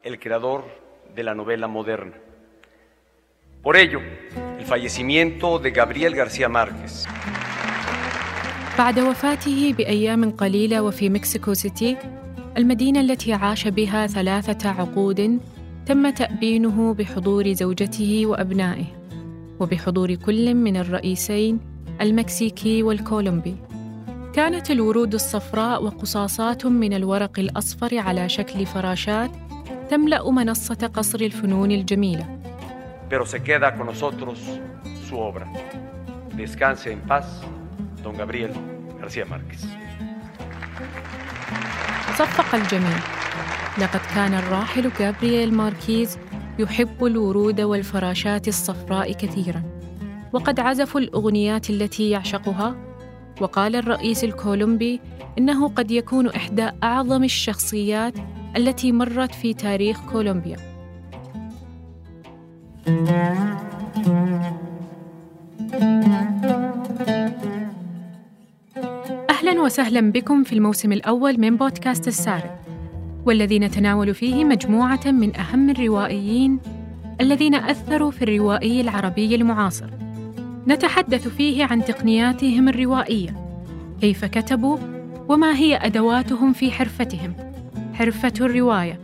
el creador de la novela moderna. Por ello, el fallecimiento de Gabriel García Márquez. بعد وفاته بأيام قليلة وفي مكسيكو سيتي، المدينة التي عاش بها 3 عقود، تم تأبينه بحضور زوجته وأبنائه، وبحضور كل من الرئيسين المكسيكي والكولومبي. كانت الورود الصفراء وقصاصات من الورق الأصفر على شكل فراشات تملأ منصة قصر الفنون الجميلة. Pero se queda con nosotros su obra. Descanse en paz, don Gabriel García Márquez. صفق الجميع. لقد كان الراحل غابرييل ماركيز يحب الورود والفراشات الصفراء كثيراً، وقد عزفوا الأغنيات التي يعشقها. وقال الرئيس الكولومبي إنه قد يكون إحدى أعظم الشخصيات التي مرت في تاريخ كولومبيا. أهلاً وسهلاً بكم في الموسم الأول من بودكاست السارد، والذي نتناول فيه مجموعة من أهم الروائيين الذين أثروا في الروائي العربي المعاصر. نتحدث فيه عن تقنياتهم الروائية، كيف كتبوا، وما هي أدواتهم في حرفتهم، حرفة الرواية.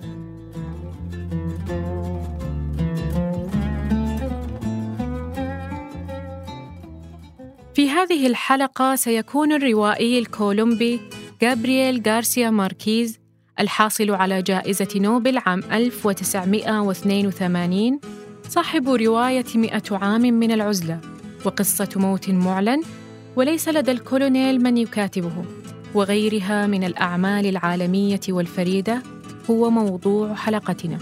في هذه الحلقة سيكون الروائي الكولومبي غابرييل غارسيا ماركيز، الحاصل على جائزة نوبل عام 1982، صاحب رواية 100 عام من العزلة وقصة موت معلن وليس لدى الكولونيل من يكاتبه، وغيرها من الأعمال العالمية والفريدة، هو موضوع حلقتنا.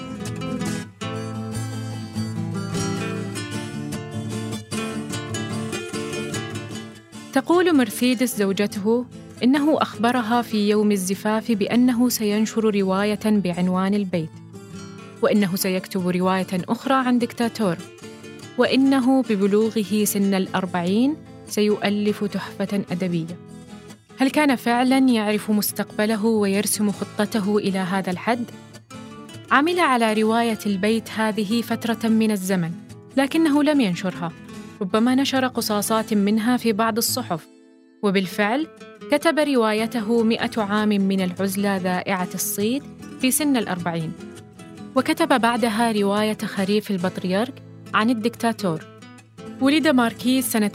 تقول مرسيدس زوجته إنه أخبرها في يوم الزفاف بأنه سينشر رواية بعنوان البيت، وإنه سيكتب رواية أخرى عن دكتاتور، وإنه ببلوغه سن 40 سيؤلف تحفة أدبية. هل كان فعلاً يعرف مستقبله ويرسم خطته إلى هذا الحد؟ عمل على رواية البيت هذه فترة من الزمن، لكنه لم ينشرها، ربما نشر قصاصات منها في بعض الصحف. وبالفعل كتب روايته 100 عام من العزلة ذائعة الصيت في سن 40، وكتب بعدها رواية خريف البطريرك عن الدكتاتور. ولد ماركيز سنة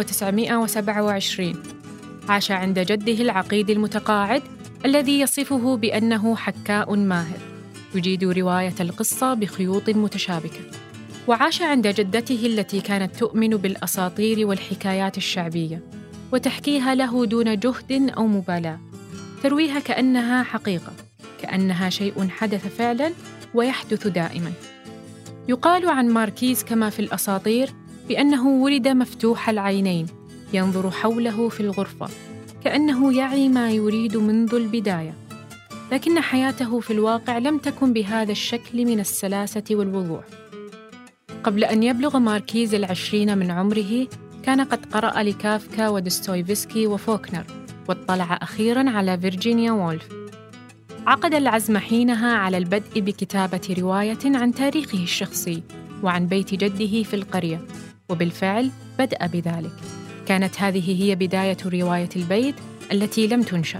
1927. عاش عند جده العقيد المتقاعد الذي يصفه بأنه حكاء ماهر، يجيد رواية القصة بخيوط متشابكة. وعاش عند جدته التي كانت تؤمن بالأساطير والحكايات الشعبية، وتحكيها له دون جهد أو مبالاة، ترويها كأنها حقيقة، كأنها شيء حدث فعلاً ويحدث دائماً. يقال عن ماركيز كما في الأساطير بأنه ولد مفتوح العينين، ينظر حوله في الغرفة كأنه يعي ما يريد منذ البداية، لكن حياته في الواقع لم تكن بهذا الشكل من السلاسة والوضوح. قبل أن يبلغ ماركيز 20 من عمره، كان قد قرأ لكافكا ودوستويفسكي وفوكنر، واطلع أخيراً على فيرجينيا وولف. عقد العزم حينها على البدء بكتابة رواية عن تاريخه الشخصي وعن بيت جده في القرية، وبالفعل بدأ بذلك. كانت هذه هي بداية رواية البيت التي لم تنشر.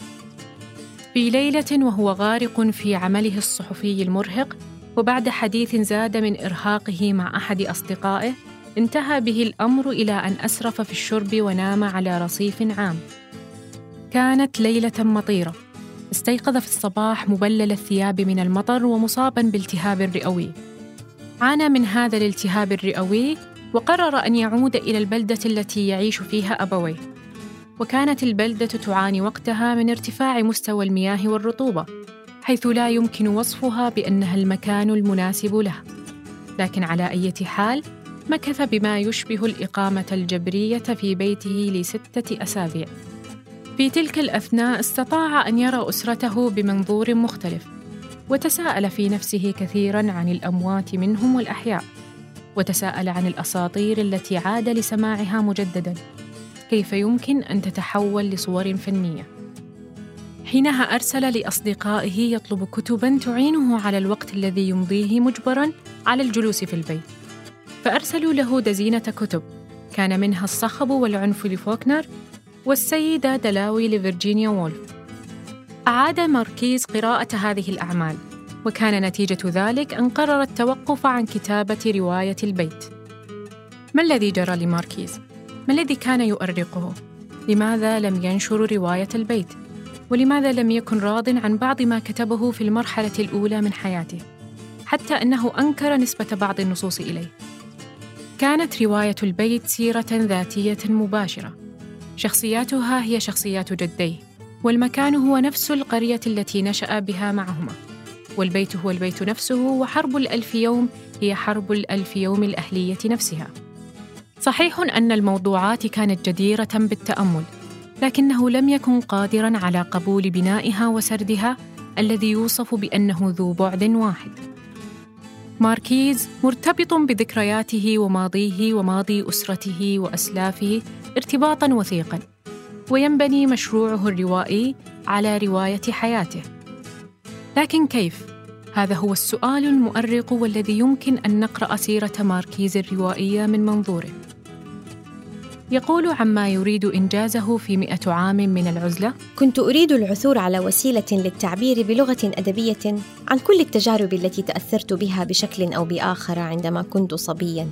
في ليلة وهو غارق في عمله الصحفي المرهق، وبعد حديث زاد من إرهاقه مع أحد أصدقائه، انتهى به الأمر إلى أن أسرف في الشرب ونام على رصيف عام. كانت ليلة مطيرة. استيقظ في الصباح مبلل الثياب من المطر ومصاباً بالتهاب رئوي. عانى من هذا الالتهاب الرئوي، وقرر أن يعود إلى البلدة التي يعيش فيها أبويه. وكانت البلدة تعاني وقتها من ارتفاع مستوى المياه والرطوبة، حيث لا يمكن وصفها بأنها المكان المناسب له. لكن على أي حال، مكث بما يشبه الإقامة الجبرية في بيته ل6 أسابيع. في تلك الأثناء استطاع أن يرى أسرته بمنظور مختلف، وتساءل في نفسه كثيراً عن الأموات منهم والأحياء، وتساءل عن الأساطير التي عاد لسماعها مجدداً، كيف يمكن أن تتحول لصور فنية. حينها أرسل لأصدقائه يطلب كتباً تعينه على الوقت الذي يمضيه مجبراً على الجلوس في البيت، فأرسلوا له دزينة كتب كان منها الصخب والعنف لفوكنر والسيدة دلاوي لفيرجينيا وولف. أعاد ماركيز قراءة هذه الأعمال، وكان نتيجة ذلك أن قرر التوقف عن كتابة رواية البيت. ما الذي جرى لماركيز؟ ما الذي كان يؤرقه؟ لماذا لم ينشر رواية البيت؟ ولماذا لم يكن راضٍ عن بعض ما كتبه في المرحلة الأولى من حياته، حتى أنه أنكر نسبة بعض النصوص إليه؟ كانت رواية البيت سيرة ذاتية مباشرة، شخصياتها هي شخصيات جديه، والمكان هو نفس القرية التي نشأ بها معهما، والبيت هو البيت نفسه، وحرب الألف يوم هي حرب الألف يوم الأهلية نفسها. صحيح أن الموضوعات كانت جديرة بالتأمل، لكنه لم يكن قادراً على قبول بنائها وسردها الذي يوصف بأنه ذو بعد واحد. ماركيز مرتبط بذكرياته وماضيه وماضي أسرته وأسلافه ارتباطاً وثيقاً، وينبني مشروعه الروائي على رواية حياته. لكن كيف؟ هذا هو السؤال المؤرق والذي يمكن أن نقرأ سيرة ماركيز الروائية من منظوره. يقول عما يريد إنجازه في 100 عام من العزلة: كنت أريد العثور على وسيلة للتعبير بلغة أدبية عن كل التجارب التي تأثرت بها بشكل أو بآخر عندما كنت صبياً.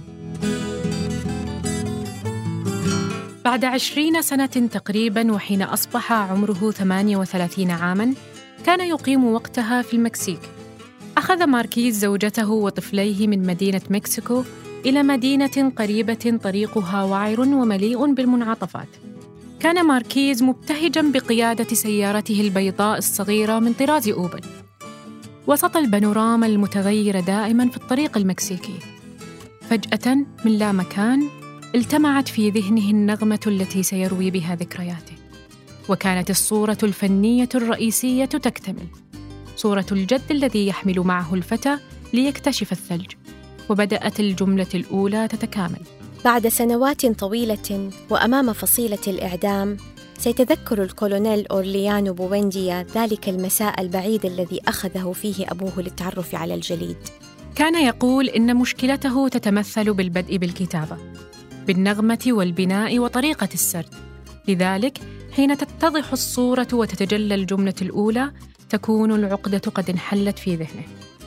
بعد 20 سنة تقريباً، وحين أصبح عمره 38 عاماً، كان يقيم وقتها في المكسيك. أخذ ماركيز زوجته وطفليه من مدينة مكسيكو إلى مدينة قريبة طريقها وعر ومليء بالمنعطفات. كان ماركيز مبتهجاً بقيادة سيارته البيضاء الصغيرة من طراز أوبل وسط البانوراما المتغيرة دائماً في الطريق المكسيكي. فجأة من لا مكان التمعت في ذهنه النغمة التي سيروي بها ذكرياته، وكانت الصورة الفنية الرئيسية تكتمل، صورة الجد الذي يحمل معه الفتى ليكتشف الثلج. وبدأت الجملة الأولى تتكامل: بعد سنوات طويلة وأمام فصيلة الإعدام، سيتذكر الكولونيل أورليانو بوينديا ذلك المساء البعيد الذي أخذه فيه أبوه للتعرف على الجليد. كان يقول إن مشكلته تتمثل بالبدء بالكتابة، بالنغمة والبناء وطريقة السرد. لذلك حين تتضح الصورة وتتجلى الجملة الأولى تكون العقدة قد انحلت في ذهنه.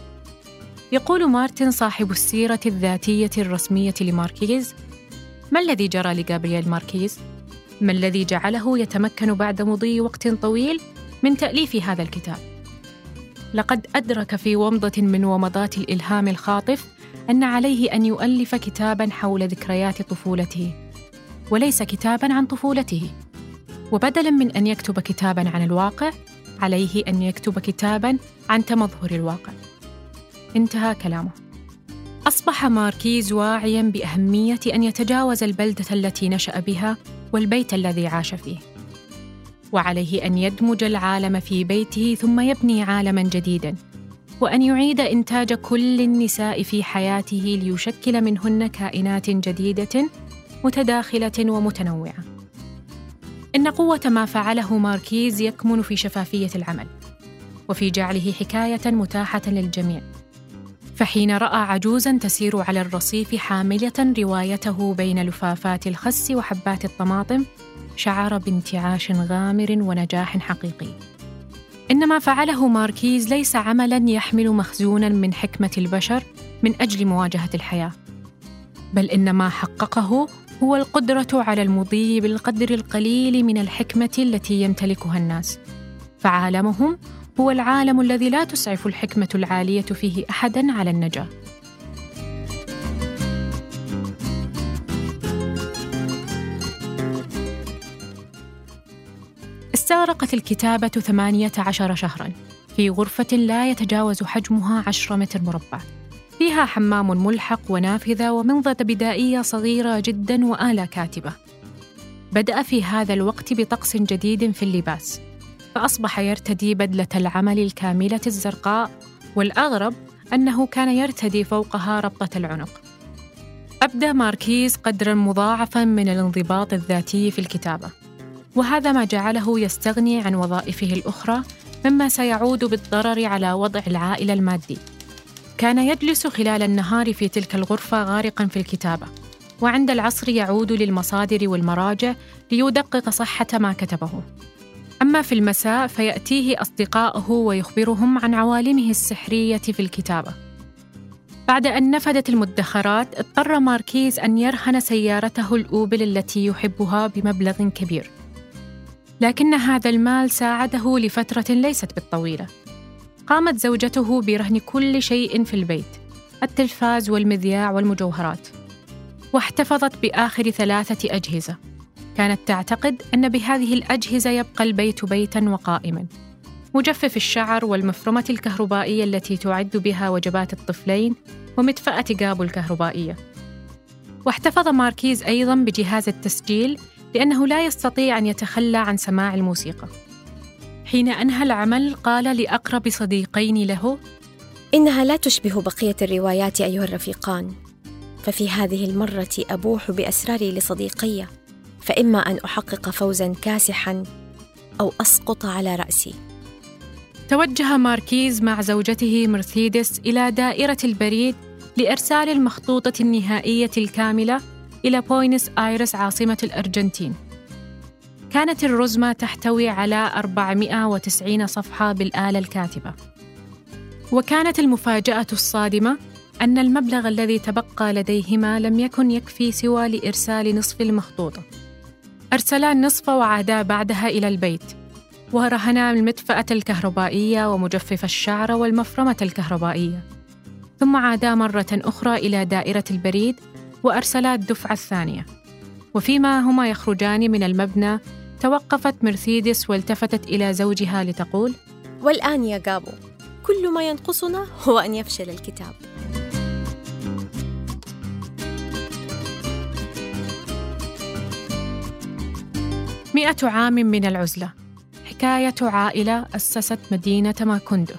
يقول مارتن صاحب السيرة الذاتية الرسمية لماركيز: ما الذي جرى لغابرييل ماركيز؟ ما الذي جعله يتمكن بعد مضي وقت طويل من تأليف هذا الكتاب؟ لقد أدرك في ومضة من ومضات الإلهام الخاطف أن عليه أن يؤلف كتاباً حول ذكريات طفولته، وليس كتاباً عن طفولته. وبدلاً من أن يكتب كتاباً عن الواقع، عليه أن يكتب كتاباً عن تمظهر الواقع. انتهى كلامه. أصبح ماركيز واعياً بأهمية أن يتجاوز البلدة التي نشأ بها والبيت الذي عاش فيه، وعليه أن يدمج العالم في بيته ثم يبني عالماً جديداً، وأن يعيد إنتاج كل النساء في حياته ليشكل منهن كائنات جديدة متداخلة ومتنوعة. إن قوة ما فعله ماركيز يكمن في شفافية العمل، وفي جعله حكاية متاحة للجميع. فحين رأى عجوزاً تسير على الرصيف حاملة روايته بين لفافات الخس وحبات الطماطم، شعر بانتعاش غامر ونجاح حقيقي. إن ما فعله ماركيز ليس عملاً يحمل مخزوناً من حكمة البشر من أجل مواجهة الحياة، بل إن ما حققه هو القدرة على المضي بالقدر القليل من الحكمة التي يمتلكها الناس، فعالمهم هو العالم الذي لا تسعف الحكمة العالية فيه أحداً على النجاة. استغرقت الكتابة 18 شهراً في غرفة لا يتجاوز حجمها 10 متر مربع، فيها حمام ملحق ونافذة ومنضدة بدائية صغيرة جداً وآلة كاتبة. بدأ في هذا الوقت بطقس جديد في اللباس، فأصبح يرتدي بدلة العمل الكاملة الزرقاء، والأغرب أنه كان يرتدي فوقها ربطة العنق. أبدى ماركيز قدراً مضاعفاً من الانضباط الذاتي في الكتابة، وهذا ما جعله يستغني عن وظائفه الأخرى، مما سيعود بالضرر على وضع العائلة المادي. كان يجلس خلال النهار في تلك الغرفة غارقاً في الكتابة، وعند العصر يعود للمصادر والمراجع ليدقق صحة ما كتبه. أما في المساء فيأتيه أصدقاؤه ويخبرهم عن عوالمه السحرية في الكتابة. بعد أن نفدت المدخرات، اضطر ماركيز أن يرهن سيارته الأوبل التي يحبها بمبلغ كبير، لكن هذا المال ساعده لفترة ليست بالطويلة. قامت زوجته برهن كل شيء في البيت، التلفاز والمذياع والمجوهرات، واحتفظت بآخر 3 أجهزة. كانت تعتقد أن بهذه الأجهزة يبقى البيت بيتاً وقائماً: مجفف الشعر والمفرمة الكهربائية التي تعد بها وجبات الطفلين، ومدفأة جابو الكهربائية. واحتفظ ماركيز أيضاً بجهاز التسجيل، لأنه لا يستطيع أن يتخلى عن سماع الموسيقى. حين أنهى العمل قال لأقرب صديقين له: إنها لا تشبه بقية الروايات أيها الرفيقان، ففي هذه المرة أبوح بأسراري لصديقي، فإما أن أحقق فوزاً كاسحاً أو أسقط على رأسي. توجه ماركيز مع زوجته مرسيدس إلى دائرة البريد لإرسال المخطوطة النهائية الكاملة إلى بوينس آيرس عاصمة الأرجنتين. كانت الرزمة تحتوي على 490 صفحة بالآلة الكاتبة. وكانت المفاجأة الصادمة أن المبلغ الذي تبقى لديهما لم يكن يكفي سوى لإرسال نصف المخطوطة. أرسلا النصف وعادا بعدها إلى البيت، ورهنا المدفأة الكهربائية ومجفف الشعر والمفرمة الكهربائية، ثم عادا مرة أخرى إلى دائرة البريد وأرسلا الدفعة الثانية. وفيما هما يخرجان من المبنى توقفت مرسيدس والتفتت إلى زوجها لتقول: والآن يا جابو، كل ما ينقصنا هو أن يفشل الكتاب. مئة عام من العزلة، حكاية عائلة أسست مدينة ماكوندو،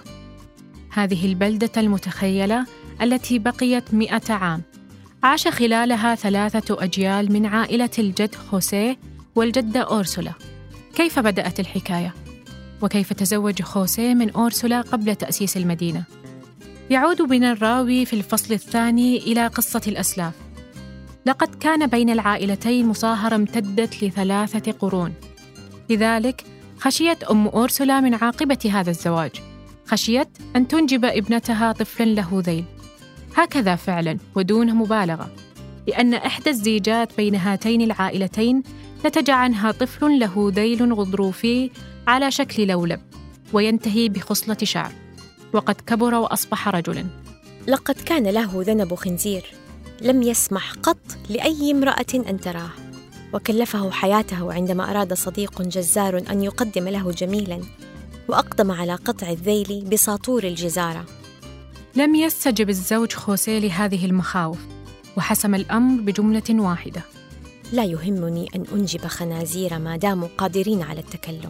هذه البلدة المتخيلة التي بقيت 100 عام. عاش خلالها 3 أجيال من عائلة الجد خوسيه والجدة أورسولا. كيف بدأت الحكاية؟ وكيف تزوج خوسيه من أورسولا قبل تأسيس المدينة؟ يعود بنا الراوي في الفصل الثاني إلى قصة الأسلاف. لقد كان بين العائلتين مصاهرة امتدت ل3 قرون، لذلك خشيت أم أورسولا من عاقبة هذا الزواج، خشيت أن تنجب ابنتها طفلاً له ذيل. هكذا فعلاً ودون مبالغة، لأن إحدى الزيجات بين هاتين العائلتين نتج عنها طفل له ذيل غضروفي على شكل لولب، وينتهي بخصلة شعر، وقد كبر وأصبح رجلاً. لقد كان له ذنب خنزير، لم يسمح قط لأي امرأة أن تراه، وكلفه حياته عندما أراد صديق جزار أن يقدم له جميلاً، وأقدم على قطع الذيل بساطور الجزارة. لم يستجب الزوج خوسيه لهذه المخاوف، وحسم الأمر بجملة واحدة: لا يهمني أن أنجب خنازير ما داموا قادرين على التكلم.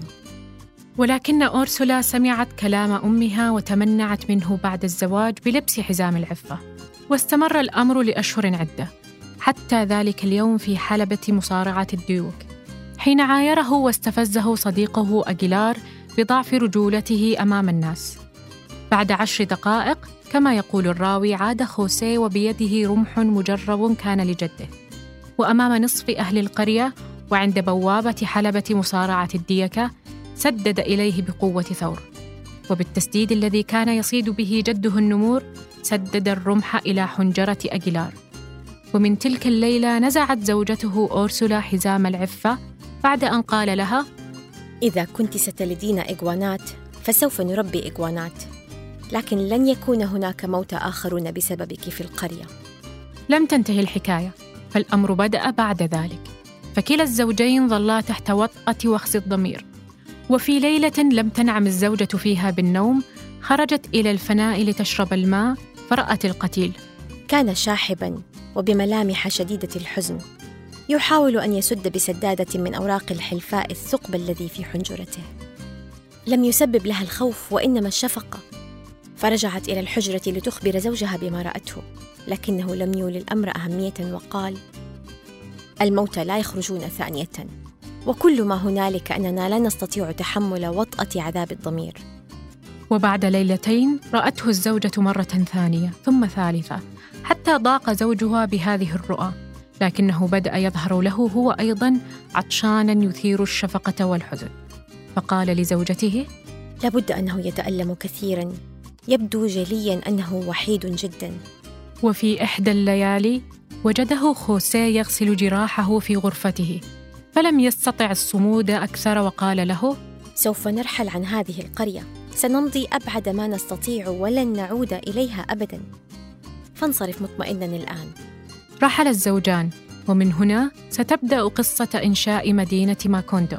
ولكن أورسولا سمعت كلام أمها وتمنعت منه بعد الزواج بلبس حزام العفة. واستمر الأمر لأشهر عدة، حتى ذلك اليوم في حلبة مصارعة الديوك، حين عايره واستفزه صديقه أغيلار بضعف رجولته أمام الناس. بعد 10 دقائق كما يقول الراوي، عاد خوسيه وبيده رمح مجرب كان لجده، وأمام نصف أهل القرية وعند بوابة حلبة مصارعة الديكة سدد إليه بقوة ثور، وبالتسديد الذي كان يصيد به جده النمور سدد الرمح إلى حنجرة أغيلار. ومن تلك الليلة نزعت زوجته أورسولا حزام العفة بعد أن قال لها: إذا كنت ستلدين إغوانات فسوف نربي إغوانات، لكن لن يكون هناك موتى آخرون بسببك في القرية. لم تنتهي الحكاية، فالأمر بدأ بعد ذلك، فكلا الزوجين ظلا تحت وطأة وخز الضمير. وفي ليلة لم تنعم الزوجة فيها بالنوم، خرجت إلى الفناء لتشرب الماء فرأت القتيل. كان شاحباً وبملامح شديدة الحزن، يحاول أن يسد بسدادة من أوراق الحلفاء الثقب الذي في حنجرته. لم يسبب لها الخوف وإنما الشفقة، فرجعت إلى الحجرة لتخبر زوجها بما رأته، لكنه لم يولي الأمر أهمية وقال: الموتى لا يخرجون ثانية، وكل ما هنالك أننا لا نستطيع تحمل وطأة عذاب الضمير. وبعد ليلتين رأته الزوجة مرة ثانية ثم ثالثة، حتى ضاق زوجها بهذه الرؤى، لكنه بدأ يظهر له هو أيضاً عطشاناً يثير الشفقة والحزن، فقال لزوجته: لابد أنه يتألم كثيراً، يبدو جلياً أنه وحيد جداً. وفي إحدى الليالي وجده خوسيه يغسل جراحه في غرفته، فلم يستطع الصمود أكثر وقال له: سوف نرحل عن هذه القرية، سنمضي أبعد ما نستطيع ولن نعود إليها أبداً، فانصرف مطمئناً الآن. رحل الزوجان، ومن هنا ستبدأ قصة إنشاء مدينة ماكوندو.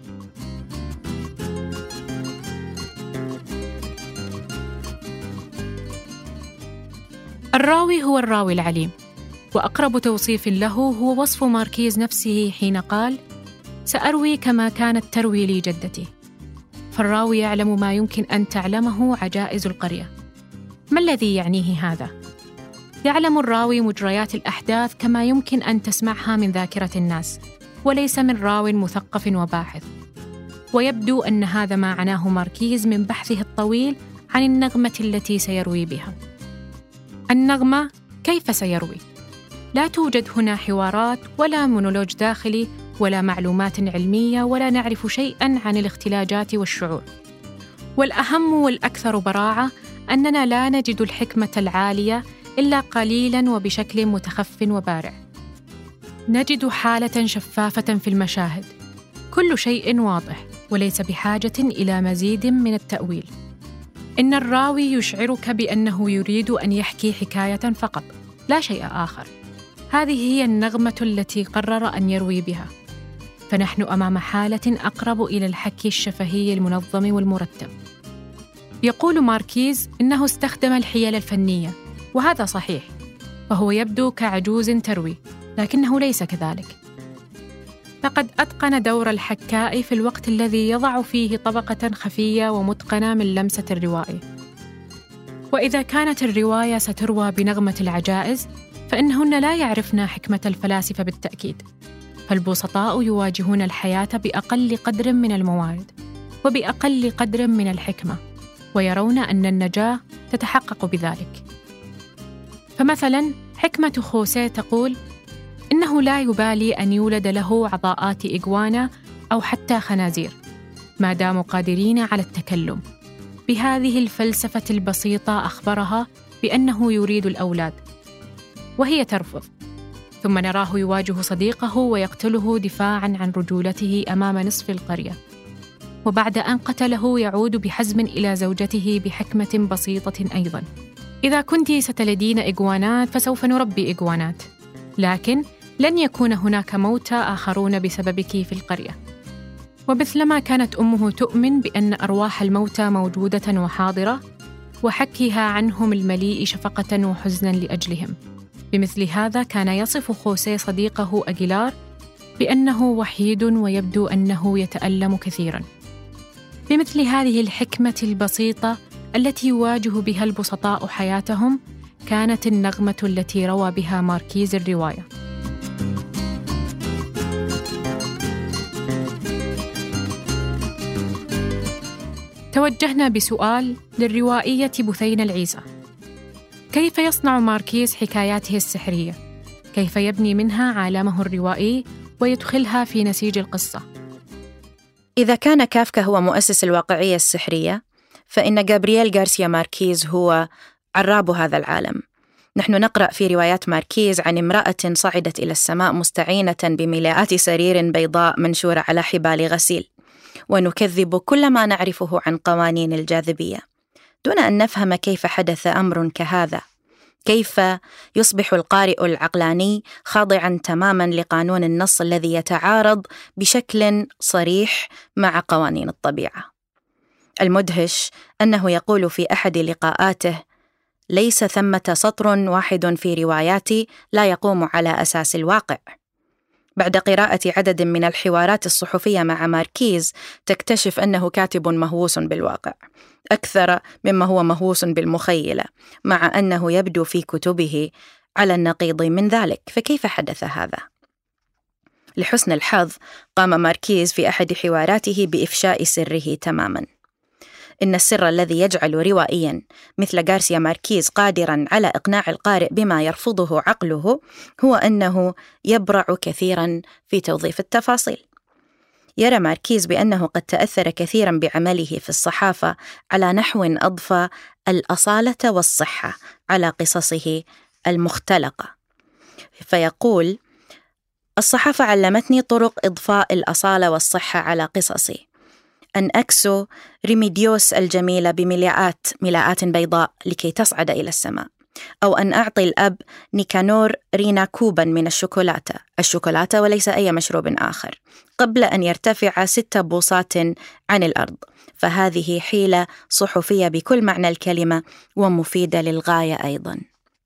الراوي هو الراوي العليم، وأقرب توصيف له هو وصف ماركيز نفسه حين قال: سأروي كما كانت تروي لي جدتي. فالراوي يعلم ما يمكن أن تعلمه عجائز القرية. ما الذي يعنيه هذا؟ يعلم الراوي مجريات الأحداث كما يمكن أن تسمعها من ذاكرة الناس، وليس من راو مثقف وباحث. ويبدو أن هذا ما عناه ماركيز من بحثه الطويل عن النغمة التي سيروي بها. النغمة كيف سيروي؟ لا توجد هنا حوارات ولا مونولوج داخلي ولا معلومات علمية، ولا نعرف شيئاً عن الاختلاجات والشعور. والأهم والأكثر براعة أننا لا نجد الحكمة العالية إلا قليلاً وبشكل متخف وبارع. نجد حالة شفافة في المشاهد، كل شيء واضح وليس بحاجة إلى مزيد من التأويل. إن الراوي يشعرك بأنه يريد أن يحكي حكاية فقط، لا شيء آخر. هذه هي النغمة التي قرر أن يروي بها. فنحن أمام حالة أقرب إلى الحكي الشفهي المنظم والمرتب. يقول ماركيز إنه استخدم الحيل الفنية، وهذا صحيح، فهو يبدو كعجوز تروي، لكنه ليس كذلك. لقد أتقن دور الحكاء في الوقت الذي يضع فيه طبقة خفية ومتقنة من لمسة الروائي. وإذا كانت الرواية ستروى بنغمة العجائز، فإنهن لا يعرفن حكمة الفلاسفة بالتأكيد، فالبسطاء يواجهون الحياة بأقل قدر من الموارد وبأقل قدر من الحكمة، ويرون أن النجاة تتحقق بذلك. فمثلاً حكمة خوسيه تقول إنه لا يبالي أن يولد له عضاءات إجوانا أو حتى خنازير، ما داموا قادرين على التكلم. بهذه الفلسفة البسيطة أخبرها بأنه يريد الأولاد، وهي ترفض. ثم نراه يواجه صديقه ويقتله دفاعاً عن رجولته أمام نصف القرية، وبعد أن قتله يعود بحزم إلى زوجته بحكمة بسيطة أيضاً: إذا كنت ستلدين إجوانات فسوف نربي إجوانات، لكن لن يكون هناك موتى آخرون بسببك في القرية. ومثلما كانت أمه تؤمن بأن أرواح الموتى موجودة وحاضرة، وحكيها عنهم المليء شفقة وحزنا لأجلهم، بمثل هذا كان يصف خوسيه صديقه أغيلار بأنه وحيد ويبدو أنه يتألم كثيرا. بمثل هذه الحكمة البسيطة التي يواجه بها البسطاء حياتهم، كانت النغمة التي روى بها ماركيز الرواية. توجهنا بسؤال للروائية بثينة العيسى: كيف يصنع ماركيز حكاياته السحرية؟ كيف يبني منها عالمه الروائي ويدخلها في نسيج القصة؟ إذا كان كافكا هو مؤسس الواقعية السحرية، فإن غابرييل غارسيا ماركيز هو عراب هذا العالم. نحن نقرأ في روايات ماركيز عن امرأة صعدت إلى السماء مستعينة بملاءات سرير بيضاء منشورة على حبال غسيل، ونكذب كل ما نعرفه عن قوانين الجاذبية دون أن نفهم كيف حدث أمر كهذا، كيف يصبح القارئ العقلاني خاضعاً تماماً لقانون النص الذي يتعارض بشكل صريح مع قوانين الطبيعة. المدهش أنه يقول في أحد لقاءاته: ليس ثمة سطر واحد في رواياتي لا يقوم على أساس الواقع. بعد قراءة عدد من الحوارات الصحفية مع ماركيز تكتشف أنه كاتب مهووس بالواقع أكثر مما هو مهووس بالمخيلة، مع أنه يبدو في كتبه على النقيض من ذلك. فكيف حدث هذا؟ لحسن الحظ قام ماركيز في أحد حواراته بإفشاء سره تماماً. إن السر الذي يجعل روائياً مثل غارسيا ماركيز قادراً على إقناع القارئ بما يرفضه عقله هو أنه يبرع كثيراً في توظيف التفاصيل. يرى ماركيز بأنه قد تأثر كثيراً بعمله في الصحافة على نحو أضفى الأصالة والصحة على قصصه المختلقة. فيقول: الصحافة علمتني طرق إضفاء الأصالة والصحة على قصصي، أن أكسو ريميديوس الجميلة بملاءات بيضاء لكي تصعد إلى السماء، أو أن أعطي الأب نيكانور رينا كوبا من الشوكولاتة وليس أي مشروب آخر، قبل أن يرتفع 6 بوصات عن الأرض. فهذه حيلة صحفية بكل معنى الكلمة ومفيدة للغاية أيضا.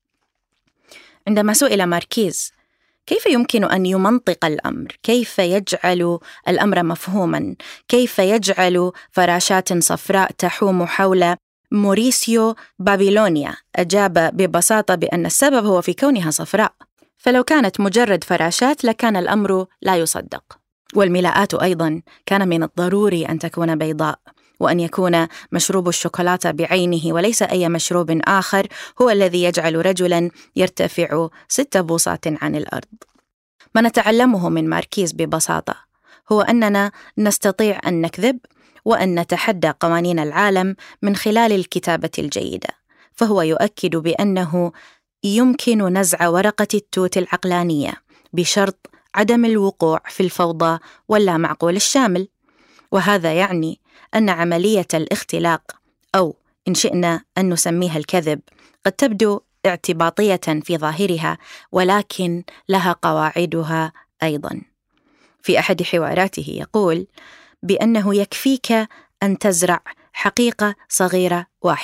عندما سئل ماركيز كيف يمكن أن يمنطق الأمر، كيف يجعل الأمر مفهوما، كيف يجعل فراشات صفراء تحوم حول موريسيو بابيلونيا، أجاب ببساطة بأن السبب هو في كونها صفراء، فلو كانت مجرد فراشات لكان الأمر لا يصدق. والملاءات أيضا كان من الضروري أن تكون بيضاء، وأن يكون مشروب الشوكولاتة بعينه وليس أي مشروب آخر هو الذي يجعل رجلاً يرتفع 6 بوصات عن الأرض. ما نتعلمه من ماركيز ببساطة هو أننا نستطيع أن نكذب وأن نتحدى قوانين العالم من خلال الكتابة الجيدة، فهو يؤكد بأنه يمكن نزع ورقة التوت العقلانية بشرط عدم الوقوع في الفوضى واللامعقول الشامل. وهذا يعني أن عملية الاختلاق، أو إن شئنا أن نسميها الكذب، قد تبدو اعتباطية في ظاهرها، ولكن لها قواعدها أيضا. في أحد حواراته يقول بأنه يكفيك أن تزرع حقيقة صغيرة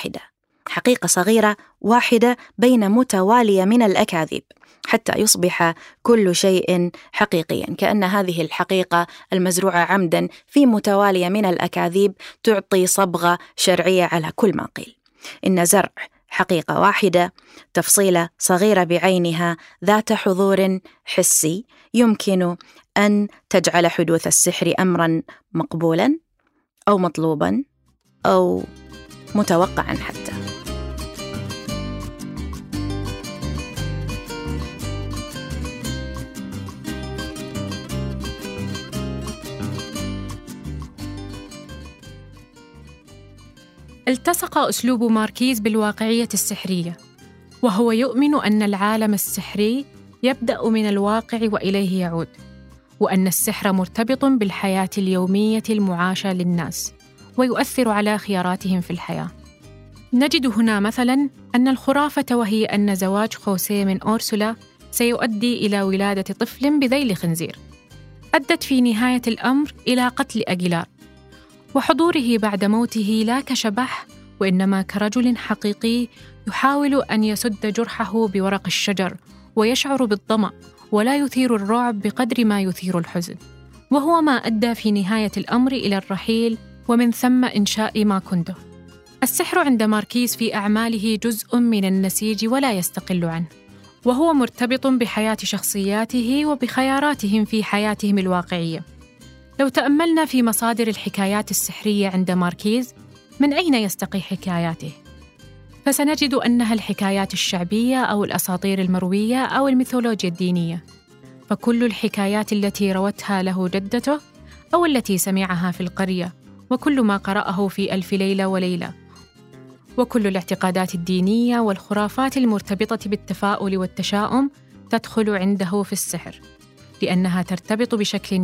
واحدة بين متوالية من الأكاذيب حتى يصبح كل شيء حقيقيا، كأن هذه الحقيقة المزروعة عمدا في متوالية من الأكاذيب تعطي صبغة شرعية على كل ما قيل. إن زرع حقيقة واحدة، تفصيلة صغيرة بعينها ذات حضور حسي، يمكن أن تجعل حدوث السحر أمرا مقبولا أو مطلوبا أو متوقعا حتى. التصق أسلوب ماركيز بالواقعية السحرية، وهو يؤمن أن العالم السحري يبدأ من الواقع وإليه يعود، وأن السحر مرتبط بالحياة اليومية المعاشة للناس ويؤثر على خياراتهم في الحياة. نجد هنا مثلاً أن الخرافة، وهي أن زواج خوسيه من أورسولا سيؤدي إلى ولادة طفل بذيل خنزير، أدت في نهاية الأمر إلى قتل أغيلار وحضوره بعد موته لا كشبح وإنما كرجل حقيقي يحاول أن يسد جرحه بورق الشجر ويشعر بالظمأ ولا يثير الرعب بقدر ما يثير الحزن، وهو ما أدى في نهاية الأمر إلى الرحيل ومن ثم إنشاء ما كنته. السحر عند ماركيز في أعماله جزء من النسيج ولا يستقل عنه، وهو مرتبط بحياة شخصياته وبخياراتهم في حياتهم الواقعية. لو تأملنا في مصادر الحكايات السحرية عند ماركيز، من أين يستقي حكاياته؟ فسنجد أنها الحكايات الشعبية أو الأساطير المروية أو الميثولوجيا الدينية، فكل الحكايات التي روتها له جدته أو التي سمعها في القرية، وكل ما قرأه في 1000 ليلة وليلة، وكل الاعتقادات الدينية والخرافات المرتبطة بالتفاؤل والتشاؤم تدخل عنده في السحر، لأنها ترتبط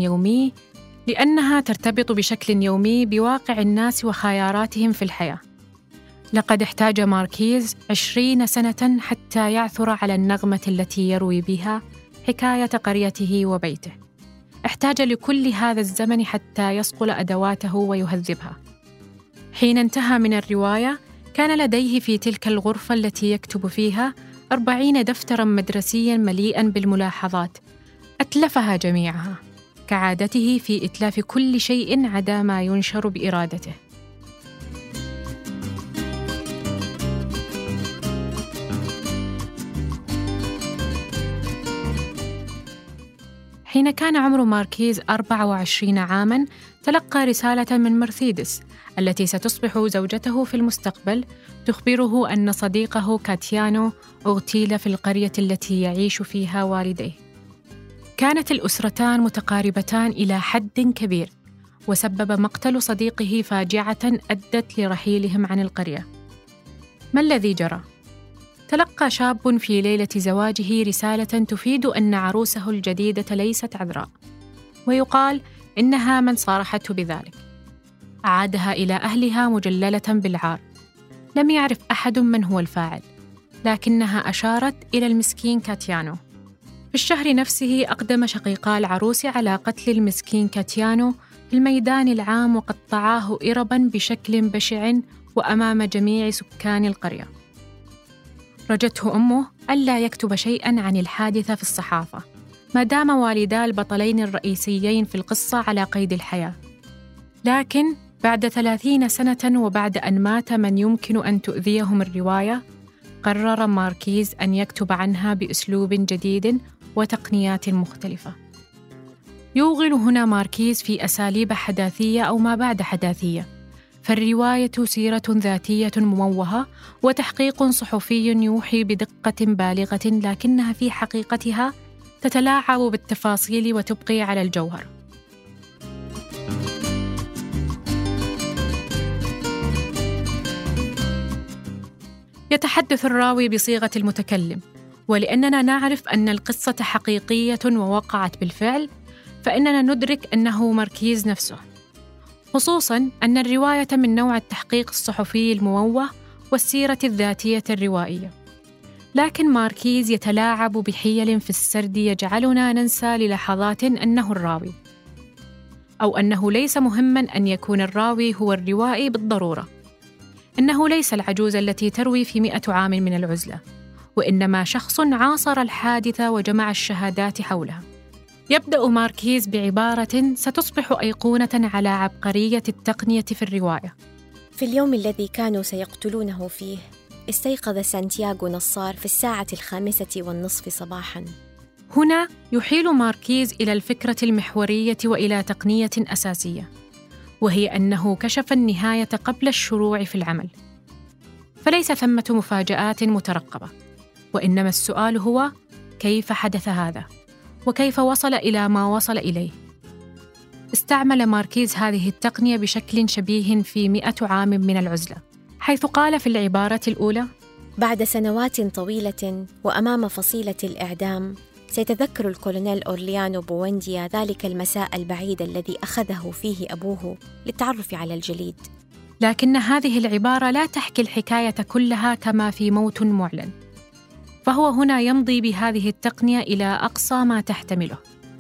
بشكل يومي بواقع الناس وخياراتهم في الحياة. لقد احتاج ماركيز 20 سنة حتى يعثر على النغمة التي يروي بها حكاية قريته وبيته. احتاج لكل هذا الزمن حتى يصقل أدواته ويهذبها. حين انتهى من الرواية، كان لديه في تلك الغرفة التي يكتب فيها 40 دفتراً مدرسياً مليئاً بالملاحظات، أتلفها جميعها كعادته في إتلاف كل شيء عدا ما ينشر بإرادته. حين كان عمر ماركيز 24 عاماً تلقى رسالة من مرسيدس التي ستصبح زوجته في المستقبل تخبره أن صديقه كاتيانو اغتيل في القرية التي يعيش فيها والديه. كانت الأسرتان متقاربتان إلى حد كبير، وسبب مقتل صديقه فاجعة أدت لرحيلهم عن القرية. ما الذي جرى؟ تلقى شاب في ليلة زواجه رسالة تفيد أن عروسه الجديدة ليست عذراء، ويقال إنها من صارحته بذلك. عادها إلى أهلها مجللة بالعار. لم يعرف أحد من هو الفاعل، لكنها أشارت إلى المسكين كاتيانو. في الشهر نفسه أقدم شقيقا العروس على قتل المسكين كاتيانو في الميدان العام، وقطعاه إرباً بشكل بشع وأمام جميع سكان القرية. رجته أمه ألا يكتب شيئاً عن الحادثة في الصحافة ما دام والدا البطلين الرئيسيين في القصة على قيد الحياة. لكن بعد 30 سنة وبعد أن مات من يمكن أن تؤذيهم الرواية، قرر ماركيز أن يكتب عنها بأسلوب جديد وتقنيات مختلفة. يوغل هنا ماركيز في أساليب حداثية أو ما بعد حداثية، فالرواية سيرة ذاتية مموهة وتحقيق صحفي يوحي بدقة بالغة، لكنها في حقيقتها تتلاعب بالتفاصيل وتبقي على الجوهر. يتحدث الراوي بصيغة المتكلم، ولأننا نعرف أن القصة حقيقية ووقعت بالفعل، فإننا ندرك أنه ماركيز نفسه، خصوصاً أن الرواية من نوع التحقيق الصحفي المموه والسيرة الذاتية الروائية. لكن ماركيز يتلاعب بحيل في السرد يجعلنا ننسى للحظات أنه الراوي، أو أنه ليس مهماً أن يكون الراوي هو الروائي بالضرورة. إنه ليس العجوز التي تروي في 100 عام من العزلة، وإنما شخص عاصر الحادثة وجمع الشهادات حولها. يبدأ ماركيز بعبارة ستصبح أيقونة على عبقرية التقنية في الرواية. في اليوم الذي كانوا سيقتلونه فيه، استيقظ سانتياغو نصار في 5:05 صباحاً. هنا يحيل ماركيز إلى الفكرة المحورية وإلى تقنية أساسية، وهي أنه كشف النهاية قبل الشروع في العمل. فليس ثمة مفاجآت مترقبة، وإنما السؤال هو كيف حدث هذا؟ وكيف وصل إلى ما وصل إليه؟ استعمل ماركيز هذه التقنية بشكل شبيه في 100 عام من العزلة، حيث قال في العبارة الأولى: بعد سنوات طويلة وأمام فصيلة الإعدام، سيتذكر الكولونيل أورليانو بوينديا ذلك المساء البعيد الذي أخذه فيه أبوه للتعرف على الجليد. لكن هذه العبارة لا تحكي الحكاية كلها كما في موت معلن، فهو هنا يمضي بهذه التقنية إلى أقصى ما تحتمله،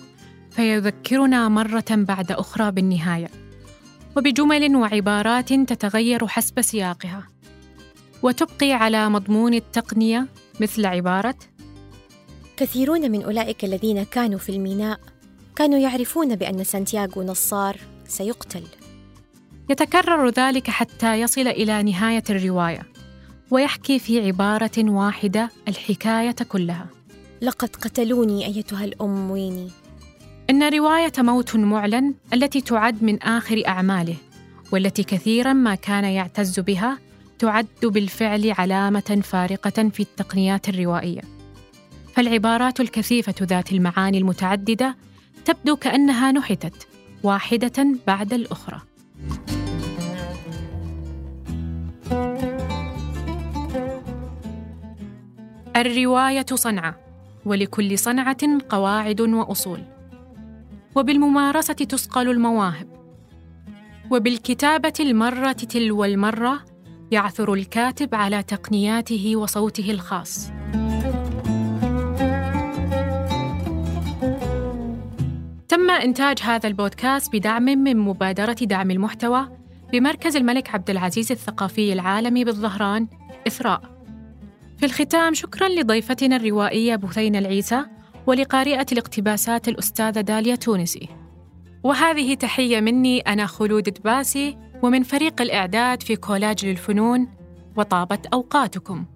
فيذكرنا مرة بعد أخرى بالنهاية، وبجمل وعبارات تتغير حسب سياقها، وتبقي على مضمون التقنية، مثل عبارة: كثيرون من أولئك الذين كانوا في الميناء كانوا يعرفون بأن سانتياغو نصار سيقتل. يتكرر ذلك حتى يصل إلى نهاية الرواية، ويحكي في عبارة واحدة الحكاية كلها: لقد قتلوني أيتها الأم ويني. إن رواية موت معلن التي تعد من آخر أعماله، والتي كثيراً ما كان يعتز بها، تعد بالفعل علامة فارقة في التقنيات الروائية. فالعبارات الكثيفة ذات المعاني المتعددة تبدو كأنها نحتت واحدة بعد الأخرى. الرواية صنعة، ولكل صنعة قواعد وأصول، وبالممارسة تصقل المواهب، وبالكتابة المرة تلو المرة يعثر الكاتب على تقنياته وصوته الخاص. تم إنتاج هذا البودكاست بدعم من مبادرة دعم المحتوى بمركز الملك عبد العزيز الثقافي العالمي بالظهران، إثراء. في الختام، شكراً لضيفتنا الروائية بثينة العيسى، ولقارئة الاقتباسات الأستاذة داليا تونسي. وهذه تحية مني أنا خلود دباسي، ومن فريق الإعداد في كولاج للفنون، وطابت أوقاتكم.